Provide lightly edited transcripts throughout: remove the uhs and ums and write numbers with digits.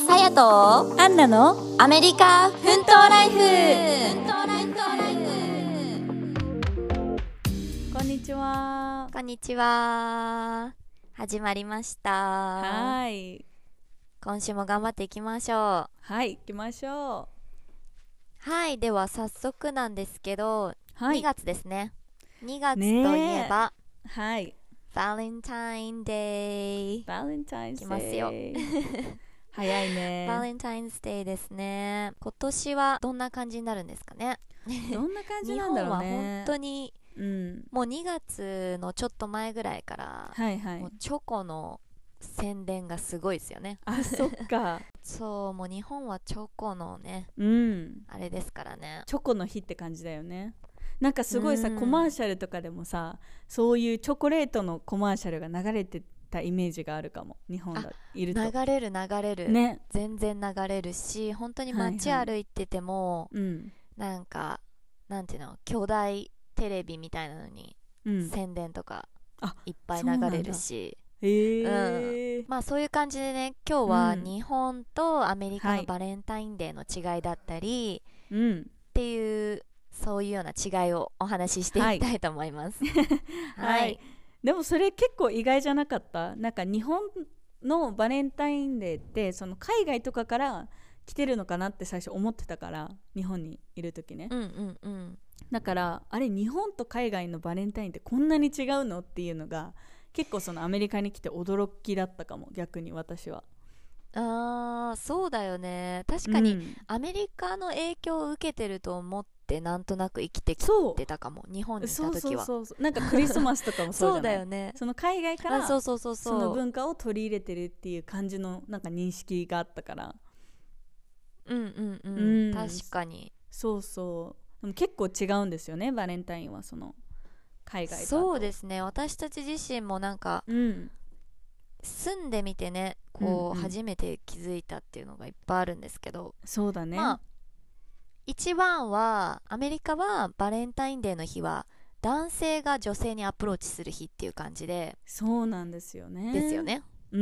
さやとアンナのアメリカ奮闘ライフ。 こんにちは。 こんにちは。始まりました。 はい。 今週も頑張っていきましょう。 はい、行きましょはい、では早速なんですけど、 はい。 2月ですね。2月とねえいえば、 はい。 バレンタインデー。 バレンタイン来ますよ。 デー。早いバね。 レンタインデーですね。今年はどんな感じになるんですかね。 どんな感じ日なんだろう本は本ね。 当にうん。 もう2月のちょっと前ぐらいからはいはい。 もうチョコの宣伝がすごいですよね。 あ、そっか。 そう、もう日本はチョコのね、 うん。 あれですからね。 チョコの日って感じだよね。なんかすごいさ、 うんコマーシャルとかでもさ、そういうチョコレートのコマーシャルが流れてたイメージがあるかも。日本だいると。 流れる流れる、 ね。 全然流れるし、本当に街はいはい。 歩いてても、 うん。 なんかなんていうの、巨大テレビみたいなのにうん。 宣伝とかあ、 いっぱいそうなんだ。 流れるし、 えまあそういう感じでね、今日はうん。 日本とアメリカはい。 のバレンタインデーの違いだったりうん。 っていう、そういうような違いをお話ししていはい。 きたいと思います。 はい。 はい。 でもそれ結構意外じゃなかった？なんか日本のバレンタインデーってその海外とかから来てるのかなって最初思ってたから、日本にいる時ね。 うんうんうん。 だからあれ、日本と海外のバレンタインってこんなに違うのっていうのが結構そのアメリカに来て驚きだったかも、逆に私は。 そうだよね。確かにうん。 アメリカの影響を受けてると思ってなんとなく生きてきそてたかも、日本にいたそうそ時は。 うそうそう。なんかクリスマスとかもそうそうじゃない？ だよね。 その海外かあ、そらうそうそうそのそ文化を取り入れてるっていう感じのなんか認識があったから。 う。うんうんううん。 ん。 確かに。 そうそう。でも結構違うんですよね、バレンタインはその海外とあと。 そうですね。私たち自身もなんかうん住んでみてね、こううんうん。 初めて気づいたっていうのがいっぱいあるんですけど、 そうだね。 まあ一番はアメリカはバレンタインデーの日は男性が女性にアプローチする日っていう感じでそうなんですよね。 ですよね。 うん。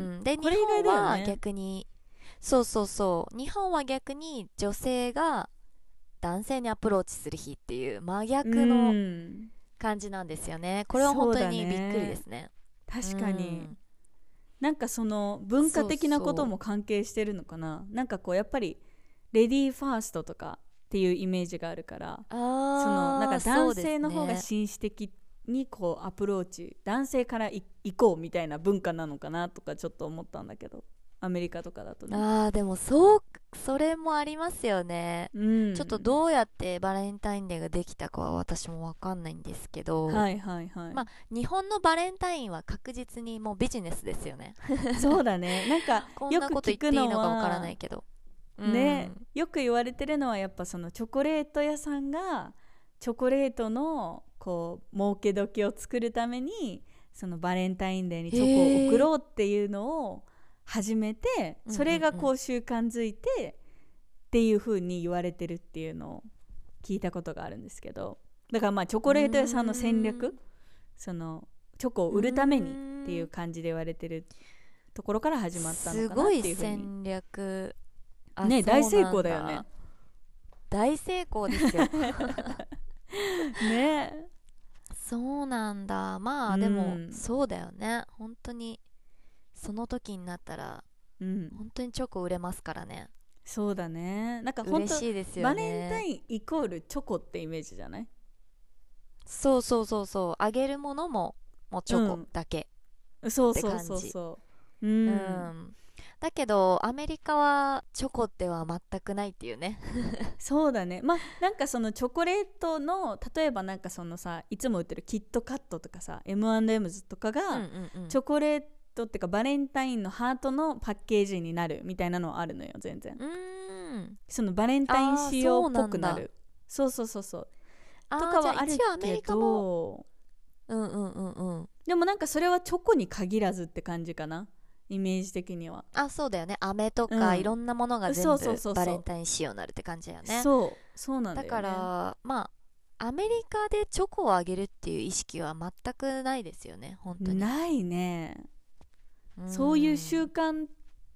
で日これ意外本はだよね。 逆に、そうそうそう、日本は逆に女性が男性にアプローチする日っていう真う逆のん。 感じなんですよね。これは本当そうだにびっくりでね。 すね。う確かに。 ん。 なんかその文化そう的なこともそ関係してるのかな。なんかこうやっぱりレディーファーストとかっていうイメージがあるから、 う。 そのなんかそうです男性の方がね。 紳士的にこうアプローチ、男性から行こうみたいな文化なのかなとかちょっと思ったんだけど、アメリカとかだとね。 でもそう、それもありますよね。 うちょっとん。 どうやってバレンタインデーができたかは私もわかんないんですけど、 はいはいはい。 まあ日本のバレンタインは確実にもうビジネスですよね。 そうだね。なんかこんよくなこと言っ聞くのていいのかわからなはいけど。うね、 ん。 よく言われてるのはやっぱそのチョコレート屋さんがチョコレートのこう儲け時を作るためにそのバレンタインデーにチョコを送へえ。 ろうっていうのを始めて、 うんそれがうんうん。 こう習慣づいてっていう風に言われてるっていうのを聞いたことがあるんですけど、だからまあチョうーコレート屋さんの戦略、 ん。 そのチョコをうー売るためにっていうん。 感じで言われてるところから始まったのかなっすごいていう風に。 戦略。あ、 ね、大成そうなん功だよね。 だ。大成功ですよ。 ね。 そうなんだ。 うまあでもんそうだよね。本当にその時になったらうん。 本当にチョコ売れますからね。 そうだね。なんか本嬉当しいですよバレンタね。 インイコールチョコってイメージじゃない？ そうそうそうそう。あげるものももうチョコうんだけってそうそう感じ。 そうそうううん。 ん。だけどアメリカはチョコっては全くないっていうね。 そうだね。まあなんかそのチョコレートの例えばなんかそのさ、いつも売ってるキットカットとかさ M&M's とかうんがうんうん。 チョコレートっていうかバレンタインのハートのパッケージになるみたいなのはあるのよ、全然。 うーん。 そのバレンタイン仕様っそうなんだ。 ぽくなる。そうそうそうそうとかじゃあはある一応アメけリカも、 ど、 うんうんうんうん。 でもなんかそれはチョコに限らずって感じかな、イメージ的には。 そうだよね。飴とかいうん。 ろんなものがそうそう全部そうそバレンタイン仕様になるって感じだよう。 ね。 そうなんだかだよね。 ら、まあ、アメリカでチョコをあげるっていう意識は全くないですよね、本当に。 ないね。 うーそういう習ん。 慣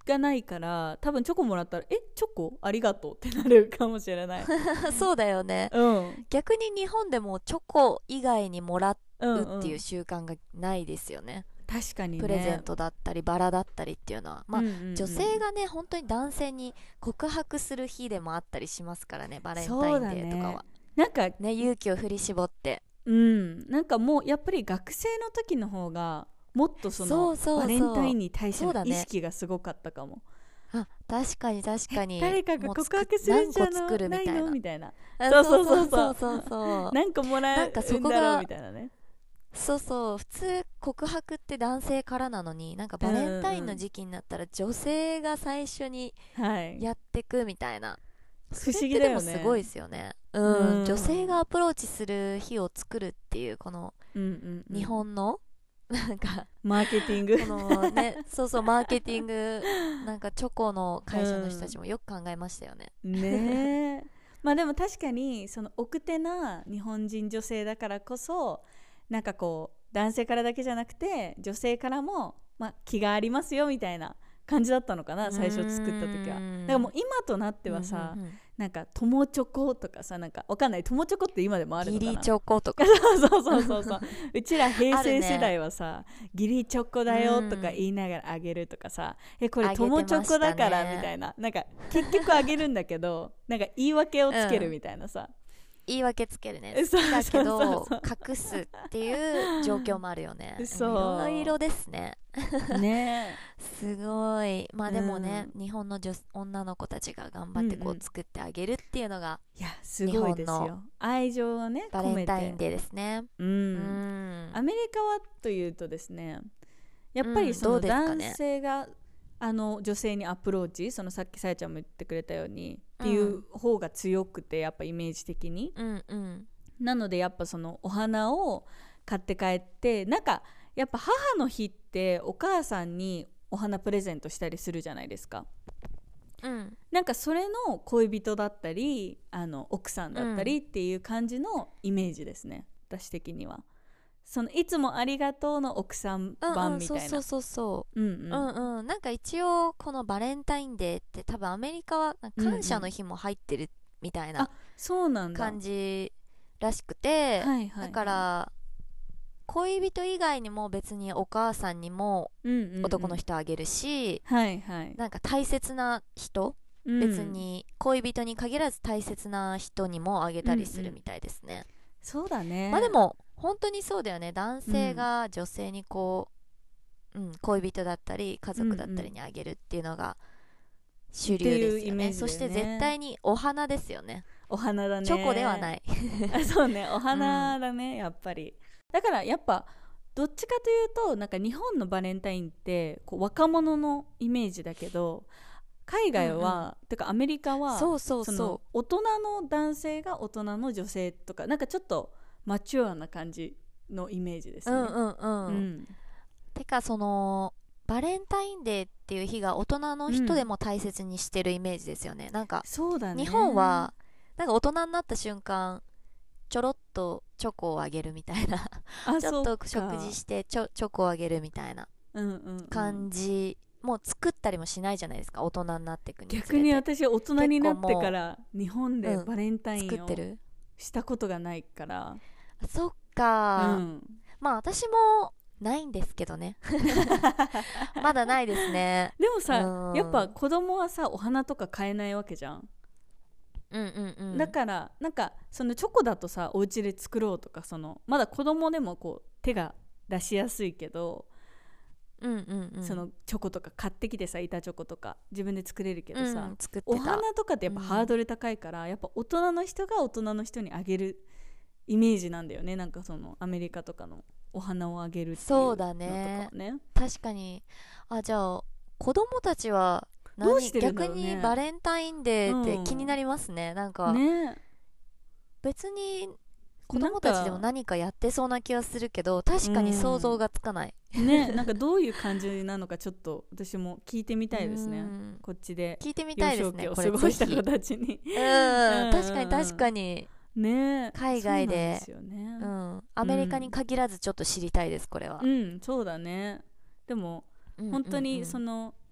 がないから多分チョコもらったらチョコありがとうってなるかもしれないそうだよね。 うん逆に日本でもチョコ以外にもらうんうっていう習慣がないですよね。 確かにねプレゼントだったりバラだったりっていうのは、まあ、 うんうんうん女性がね本当に男性に告白する日でもあったりしますからね、バレンタインデーとかはなんかね、勇気を振り絞って。 なんかもうやっぱり学生の時の方がもっとそのそうそうそうバレンタインに対してそうだねの意識がすごかったかも。 あ、確かに確かに。 誰かが告白するんじゃもう何個作るみないたいなのみたいな。 あそうそうそうそうそうそう何個もらなうんかそこだろうがみたいなね。 そうそう、普通告白って男性からなのに、なんかバレンタインの時期になったら女性が最初にはい。 やってくみたいな、 不思議だよね。 それってでもすごいですよね。 うん女性がアプローチする日を作るっていうこのうんうんうん日本のなんかマーケティングこのねそうそうマーケティング、なんかチョコの会社の人たちもよく考えましたよね。 ねえまあでも確かにその奥手な日本人女性だからこそなんかこう男性からだけじゃなくて女性からも、まあ、気がありますよみたいな感じだったのかな、最初作った時は。だからもう今となってはさ、 うんうんうんなんか友チョコとかさ、なんかわかんない、友チョコって今でもあるのかな。 ギリチョコとかそううちら平成世代はさ、ギリチョコだよとか言いながらあげるとかさ、これ友チョコだからみたいな、なんか結局あげるんだけどなんか言い訳をつけるみたいなさ、 言い訳つけるね。 そう好きだけどそうそう隠すっていう状況もあるよね。 そういろいろですね。 ねすごい。まあでもね、日本の女の子たちが頑張ってこう作ってあげるっていうのがいやすごいです日本よ。愛情をねバレンタインデーですね。 アメうんリカはというとですね、やっぱりそのどうですか男ね。 性が女性にアプローチ、そのさっきさやちゃんも言ってくれたようにっていう方が強くて、やっぱイメージ的に、 うんうんなのでやっぱそのお花を買って帰って、なんかやっぱ母の日ってお母さんにお花プレゼントしたりするじゃないですか。 うんなんかそれの恋人だったり奥さんだったりっていう感じのイメージですね、私的には。そのいつもありがとうの奥さん版みたいな。 そうそうそううんうんうんうん。なんか一応このバレンタインデーって多分アメリカはなんか感謝の日も入ってるみたいなそうなんだ。 感じらしくて、 はいはいはいだから恋人以外にも別にお母さんにも男の人あげるし、 はいはいなんか大切な人、別に恋人に限らず大切な人にもあげたりするみたいですね。 そうだね。 まあでも本当にそうだよね。男性が女性にこう、恋人だったり家族だったりにあげるっていうのが主流ですよね。そして絶対にお花ですよね。 お花だね。 チョコではないそうね、お花だね、やっぱり。だからやっぱどっちかというとなんか日本のバレンタインってこう若者のイメージだけど、海外は、てかアメリカはそうそうそのそ大人の男性が大人の女性とか、なんかちょっとマチュアな感じのイメージですね。 てかそのバレンタインデーっていう日が大人の人でも大切にしてるイメージですよね。なんかそうだね、 日本はなんか大人になった瞬間ちょろっとチョコをあげるみたいなちょっと食事してチョコをあげるみたいな感じ、もう作ったりもしないじゃないですか、大人になっていくにつれて。 逆に私大人になってから日本でバレンタインを作ってるしたことがないから、 そっか、まあ私もないんですけどねまだないですね。 でもさ、やっぱ子供はさお花とか買えないわけじゃん。だからなんかそのチョコだとさお家で作ろうとか、そのまだ子供でもこう手が出しやすいけど、そのチョコとか買ってきてさ、板チョコとか自分で作れるけどさ、 作ってた。 お花とかってやっぱハードル高いから、やっぱ大人の人が大人の人にあげるイメージなんだよね。なんかそのアメリカとかのお花をあげるっていうのとかはね。 確かに。じゃあ子供たちはどうしてるんだろうね。 逆にバレンタインデーって気になりますね。なんか、別に子供たちでも何かやってそうな気はするけど、確かに想像がつかない、 なんかどういう感じなのかちょっと私も聞いてみたいですね。こっちで聞いてみたいですね。 幼少期を過ごした子たちに確かに確かにね、 海外でアメリカに限らずちょっと知りたいです、これは。 そうだね。でも、本当にその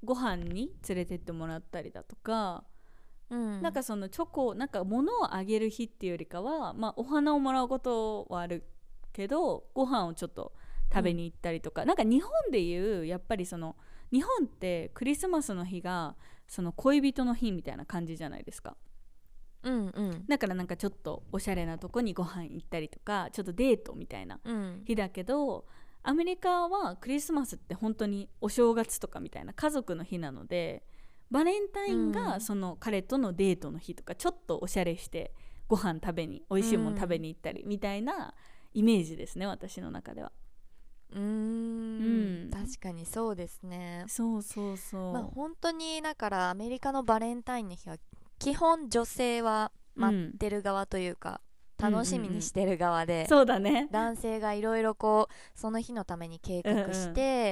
ご飯に連れてってもらったりだとか、なんかそのチョコなんか物をあげる日っていうよりかは、まあ、お花をもらうことはあるけどご飯をちょっと食べに行ったりとか、なんか日本でいうやっぱりその日本ってクリスマスの日がその恋人の日みたいな感じじゃないですか。だからなんかちょっとおしゃれなとこにご飯行ったりとかちょっとデートみたいな日だけど、アメリカはクリスマスって本当にお正月とかみたいな家族の日なので、バレンタインがその彼とのデートの日とか、ちょっとおしゃれしてご飯食べに美味しいもの食べに行ったりみたいなイメージですね、私の中では。 確かにそうですね。 そうそうそう、 まあ本当にだからアメリカのバレンタインの日は基本女性は待ってる側というか、楽しみにしてる側で、 そうだね、 男性がいろいろこうその日のために計画して、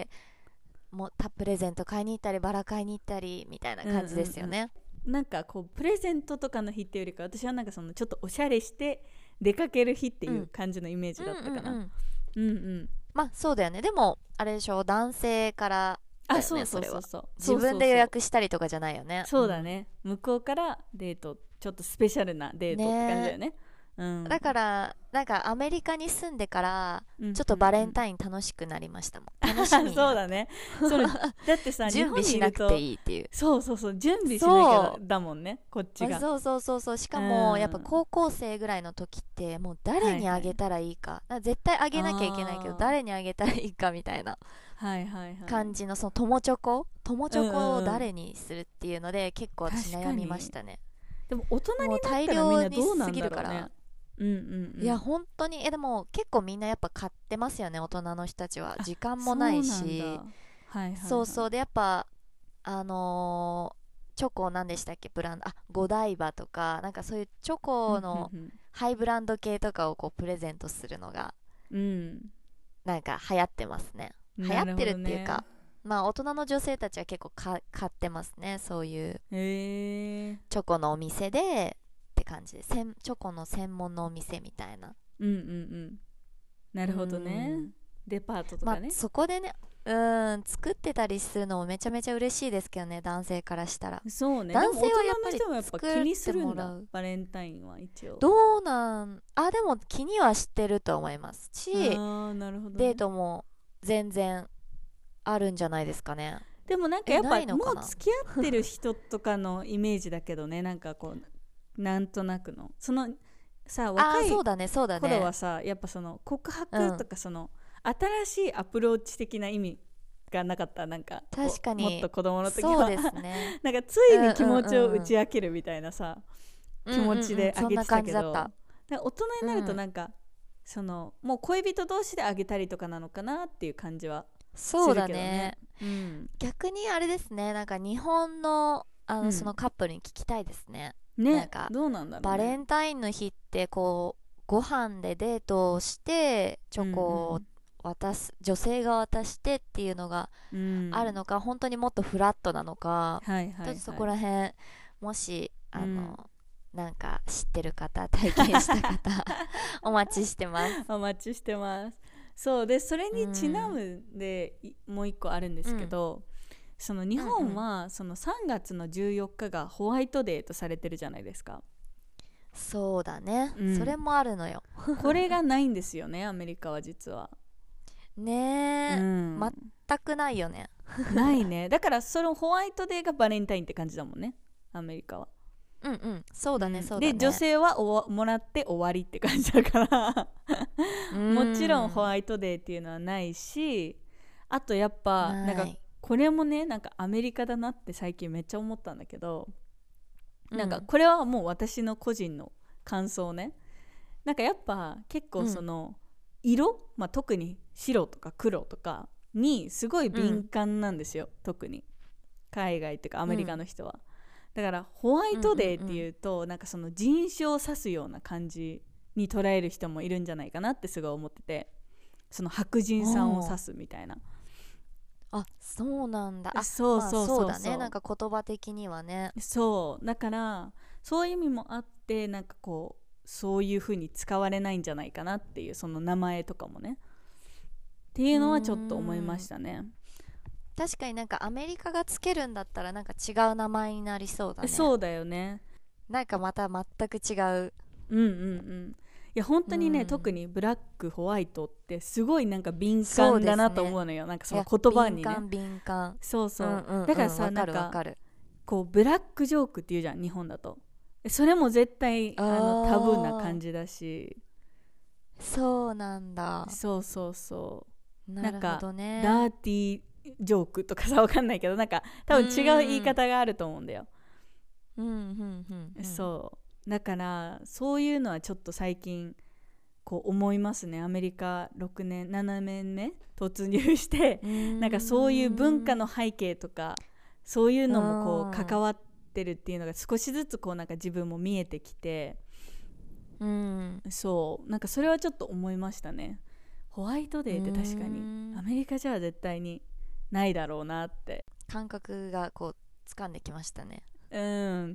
もうプレゼント買いに行ったりバラ買いに行ったりみたいな感じですよね。 なんかこうプレゼントとかの日っていうよりか、私はなんかそのちょっとおしゃれして出かける日っていう感じのイメージだったかな。 まあそうだよね。でもあれでしょ、男性からだよね、 そう自分で予約したりとかじゃないよね。 そうだね、向こうからデート、ちょっとスペシャルなデートって感じだよね。 だからなんかアメリカに住んでからちょっとバレンタイン楽しくなりましたもん。楽しみにそうだね、だってさ準備しなくていいっていう。 そう準備しなきゃだもんね、こっちが。 そうしかもやっぱ高校生ぐらいの時ってもう誰にあげたらいいか、絶対あげなきゃいけないけど誰にあげたらいいかみたいな感じの、その友チョコを誰にするっていうので結構私悩みましたね。 でも大人になったらみんなどうなんだろうね。 いや本当にでも結構みんなやっぱ買ってますよね、大人の人たちは。時間もないし、そうでやっぱチョコ何でしたっけ、ブランド、ゴダイバとかなんかそういうチョコのハイブランド系とかをこうプレゼントするのがなんか流行ってますね。流行ってるっていうか、まあ大人の女性たちは結構買ってますね、そういうチョコのお店でって感じで、チョコの専門のお店みたいな。 なるほどね。デパートとかね、 まあ、そこでね作ってたりするのもめちゃめちゃ嬉しいですけどね、男性からしたら。 そうね、 男性はやっぱり作って気にするんだ、バレンタインは一応。 どうなんでも気にはしてると思いますし、 なるほどね、 デートも全然あるんじゃないですかね。 でもなんかやっぱもう付き合ってる人とかのイメージだけどねなんかこうなんとなくのそのさ、若い頃はさ、やっぱその告白とかその、新しいアプローチ的な意味がなかった。なんか確かにもっと子供の時はそうですねなんかついに気持ちを打ち明けるみたいなさ、気持ちであげてたけど、大人になるとなんか、そのもう恋人同士であげたりとかなのかなっていう感じはするけどね。そうだね、 逆にあれですね、なんか日本のそのカップルに聞きたいですね。 なんかどうなんだろうね、 バレンタインの日ってこうご飯でデートをしてチョコを渡す、女性が渡してっていうのがあるのか、本当にもっとフラットなのか、ちょっとそこら辺もしなんか知ってる方、体験した方お待ちしてます。 お待ちしてます。そうで、それにちなむで、もう一個あるんですけど、その日本はその3月の14日がホワイトデーとされてるじゃないですか。 そうだね、それもあるのよこれがないんですよね、アメリカは実はねえ、全くないよねないね。だからそのホワイトデーがバレンタインって感じだもんね、アメリカは。 そうだね、そうだね。 で女性はもらって終わりって感じだからもちろんホワイトデーっていうのはないし、あとやっぱなんかこれもね、なんかアメリカだなって最近めっちゃ思ったんだけど、なんかこれはもう私の個人の感想ね。なんかやっぱ結構その色、特に白とか黒とかにすごい敏感なんですよ、特に海外っていうかアメリカの人は。だからホワイトデーっていうと、なんかその人種を指すような感じに捉える人もいるんじゃないかなってすごい思ってて、その白人さんを指すみたいな。 そうなんだ。 そうだね、なんか言葉的にはね。 そうだからそういう意味もあって、なんかこうそういう風に使われないんじゃないかなっていう、その名前とかもねっていうのはちょっと思いましたね。 確かになんかアメリカがつけるんだったらなんか違う名前になりそうだね。 そうだよね。 なんかまた全く違う。 うんうんうん。いや本当にね、うん、特にブラックホワイトってすごいなんか敏感だなと思うのよ、なんかその言葉にね。 敏感。 そうそう、 うんうんうん、 だからさ、なんかこうブラックジョークっていうじゃん日本だと。それも絶対タブーな感じだし。 そうなんだ。 そうそうそう、 なるほどね。 なんかダーティージョークとかさ、わかんないけど、なんか多分違う言い方があると思うんだよ。 うんうんうん、 そうだからそういうのはちょっと最近こう思いますね。アメリカ6年7年目突入してなんかそういう文化の背景とかそういうのもこう関わってるっていうのが少しずつこうなんか自分も見えてきて、 うん、 そうなんかそれはちょっと思いましたね。ホワイトデーって確かにアメリカじゃ絶対にないだろうなって感覚がこう掴んできましたね。 うん、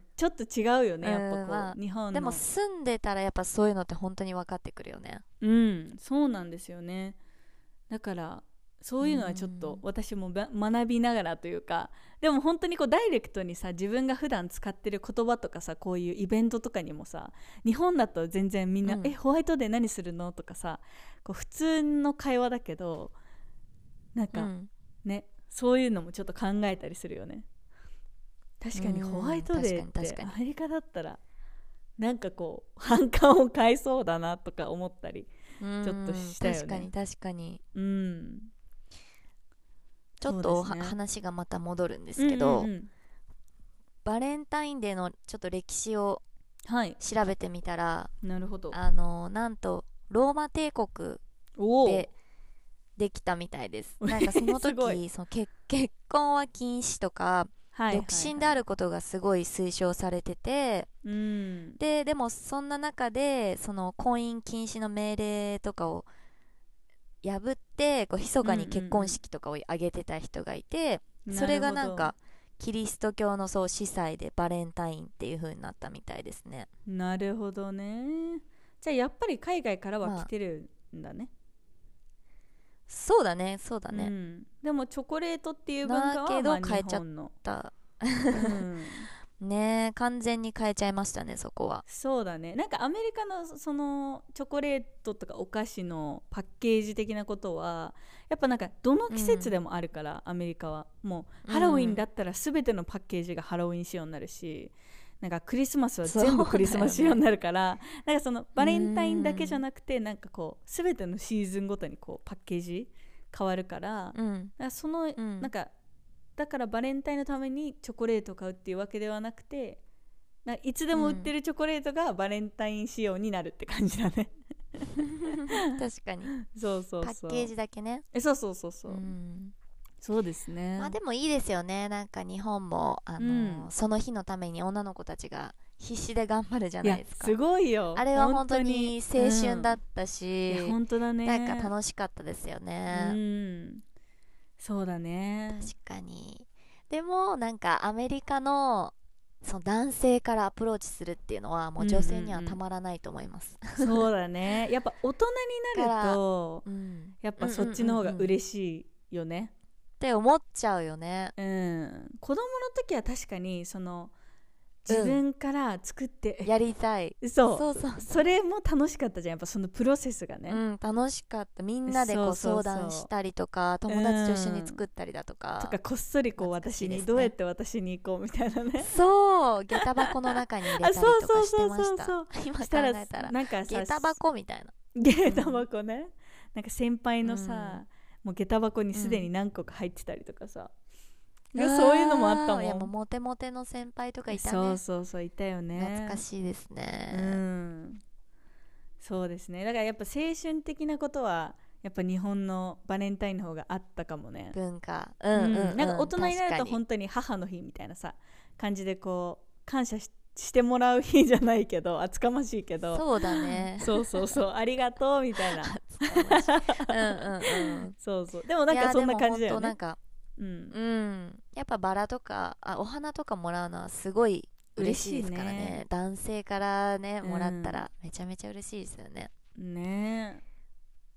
ちょっと違うよね、やっぱこう、まあ、日本のでも住んでたらやっぱそういうのって本当に分かってくるよね。 うん、そうなんですよね。だからそういうのはちょっと私も学びながらというか、でも本当にこうダイレクトにさ、自分が普段使ってる言葉とかさ、こういうイベントとかにもさ、日本だと全然みんな、ホワイトデー何するのとかさ、こう普通の会話だけどなんか、ね、そういうのもちょっと考えたりするよね。確かにホワイトデーってアメリカだったらなんかこう反感を買いそうだなとか思ったりちょっとしたよね。 確かに確かに、 うん、 ちょっと、ね、話がまた戻るんですけど、バレンタインデーのちょっと歴史を調べてみたら、 なるほど、 なんとローマ帝国でできたみたいです。なんかその時その結婚は禁止とか独身であることがすごい推奨されてて、でもそんな中でその婚姻禁止の命令とかを破ってこう密かに結婚式とかを挙げてた人がいて、それがなんかキリスト教のそう司祭でバレンタインっていう風になったみたいですね。 なるほどね。じゃあやっぱり海外からは来てるんだね。 そうだねそうだね、 でもチョコレートっていう文化はまあ日本のね、完全に変えちゃいましたね、そこは。 そうだね。なんかアメリカのそのチョコレートとかお菓子のパッケージ的なことはやっぱなんかどの季節でもあるから、アメリカはもうハロウィンだったら全てのパッケージがハロウィン仕様になるし、なんかクリスマスは全部クリスマス仕様になるから、なんかそのバレンタインだけじゃなくてなんかこう全てのシーズンごとにこうパッケージ変わるから、だからその、なんかだからバレンタインのためにチョコレートを買うっていうわけではなくて、いつでも売ってるチョコレートがバレンタイン仕様になるって感じだね確かにそうそうそう、 パッケージだけね。 そうそうそうそう、そうですね。 まあでもいいですよね。なんか日本もその日のために女の子たちが必死で頑張るじゃないですか。 すごいよ。 あれは本当に青春だったし、 いや本当だね。 なんか楽しかったですよね。 そうだね。 確かに。でもなんかアメリカのその男性からアプローチするっていうのはもう女性にはたまらないと思います。 そうだね。やっぱ大人になるとやっぱそっちの方が嬉しいよね。 って思っちゃうよね。 子供の時は確かにその自分から作って、 やりたい。 それも楽しかったじゃん、やっぱそのプロセスがね。 楽しかった。みんなでこう相談したりとか、友達と一緒に作ったりだとか、 とかこっそりこう私にどうやって私に行こうみたいなね。 そう、下駄箱の中に入れたりとかしてました。今考えたらなんか下駄箱みたいな。 下駄箱ね、なんか先輩のさ、もう下駄箱にすでに何個か入ってたりとかさ、そういうのもあったもん。 いやもうモテモテの先輩とかいたね。 そういたよね。 懐かしいですね。 そうですね。だからやっぱ青春的なことはやっぱ日本のバレンタインの方があったかもね。 文化。 なんか大人になると本当に母の日みたいなさ感じでこう感謝してもらう日じゃないけど、厚かましいけど、 そうだね。 そうありがとうみたいな。そうでもなんかそんな感じだよね。 なんかやっぱバラとかお花とかもらうのはすごい嬉しいですからね。男性からねもらったらめちゃめちゃ嬉しいですよね。 ねえ、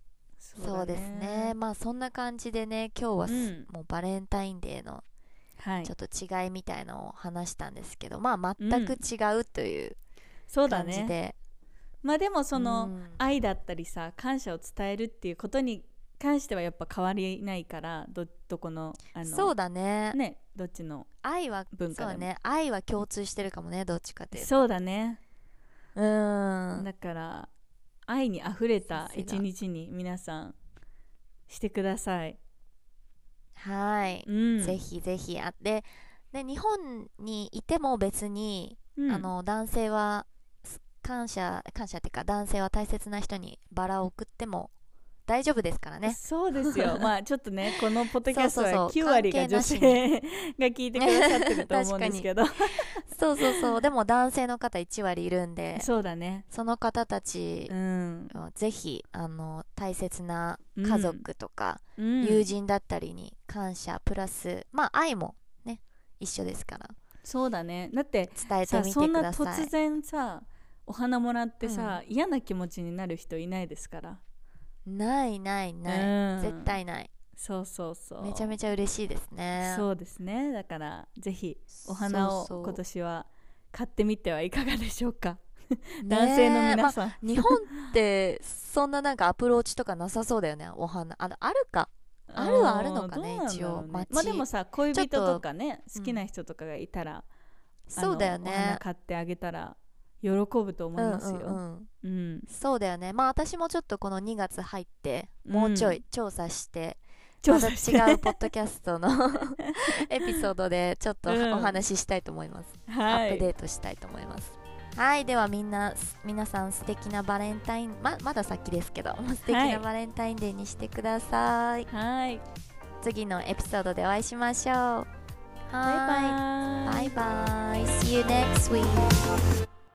そうですね。まあそんな感じでね、今日は、もうバレンタインデーのちょっと違いみたいのを話したんですけど、まあ全く違うという感じで、 まあでもその、愛だったりさ、感謝を伝えるっていうことに関してはやっぱ変わりないから、どこのそうだね。 どっちの愛は文化でも、そうね、愛は共通してるかもね、どっちかというと。 そうだね。だから愛にあふれた一日に皆さんしてください。 はい、ぜひぜひ。で日本にいても別に、男性は感謝っていうか、男性は大切な人にバラを送っても大丈夫ですからね。 そうですよ。まあちょっとね、このポッドキャストは9割が女性が聞いてくださってると思うんですけどそうでも男性の方1割いるんで、 そうだね、 その方たち、ぜひ大切な家族とか、友人だったりに感謝プラス、まあ愛もね一緒ですから。 そうだね。だって伝えてみてください。 そんな突然さお花もらってさ、嫌な気持ちになる人いないですから。 ない、絶対ない。 そうめちゃめちゃ嬉しいですね。 そうですね。だからぜひお花を今年は買ってみてはいかがでしょうか男性の皆さん、 日本ってそんななんかアプローチとかなさそうだよね。お花あるか、あるはあるのかね、一応。 まあでもさ、恋人とかね、好きな人とかがいたら、 そうだよね、 お花買ってあげたら喜ぶと思いますよ。 そうだよね。まあ私もちょっとこの2月入ってもうちょい調査して、また違うポッドキャストのエピソードでちょっとお話ししたいと思います。アップデートしたいと思います。はい、では皆さん素敵なバレンタイン、まだ先ですけど素敵なバレンタインデーにしてください。 はい、 次のエピソードでお会いしましょう。 バイバイ。 See you next week.